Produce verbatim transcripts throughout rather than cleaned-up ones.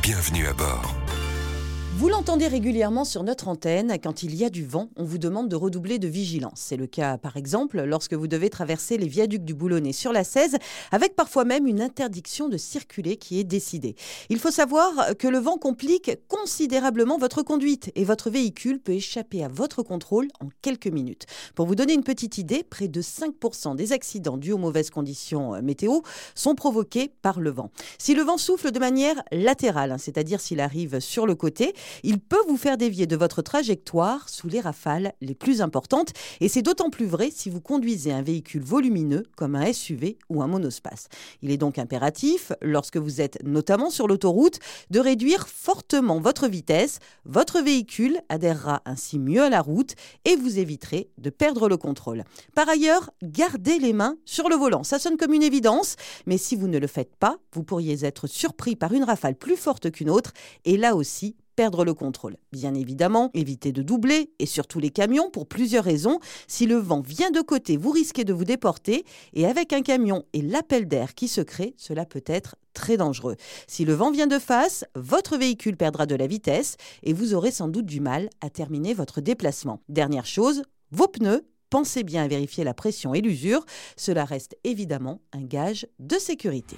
Bienvenue à bord. Vous l'entendez régulièrement sur notre antenne, quand il y a du vent, on vous demande de redoubler de vigilance. C'est le cas, par exemple, lorsque vous devez traverser les viaducs du Boulonnais sur la seize, avec parfois même une interdiction de circuler qui est décidée. Il faut savoir que le vent complique considérablement votre conduite et votre véhicule peut échapper à votre contrôle en quelques minutes. Pour vous donner une petite idée, près de cinq pour cent des accidents dus aux mauvaises conditions météo sont provoqués par le vent. Si le vent souffle de manière latérale, c'est-à-dire s'il arrive sur le côté, il peut vous faire dévier de votre trajectoire sous les rafales les plus importantes. Et c'est d'autant plus vrai si vous conduisez un véhicule volumineux comme un S U V ou un monospace. Il est donc impératif, lorsque vous êtes notamment sur l'autoroute, de réduire fortement votre vitesse. Votre véhicule adhérera ainsi mieux à la route et vous éviterez de perdre le contrôle. Par ailleurs, gardez les mains sur le volant. Ça sonne comme une évidence, mais si vous ne le faites pas, vous pourriez être surpris par une rafale plus forte qu'une autre et là aussi, perdre le contrôle. Bien évidemment, évitez de doubler, et surtout les camions, pour plusieurs raisons. Si le vent vient de côté, vous risquez de vous déporter, et avec un camion et l'appel d'air qui se crée, cela peut être très dangereux. Si le vent vient de face, votre véhicule perdra de la vitesse, et vous aurez sans doute du mal à terminer votre déplacement. Dernière chose, vos pneus. Pensez bien à vérifier la pression et l'usure. Cela reste évidemment un gage de sécurité.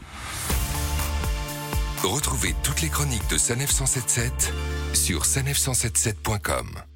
Retrouvez toutes les chroniques de Sanef cent soixante-dix-sept sur sanef cent soixante-dix-sept point com.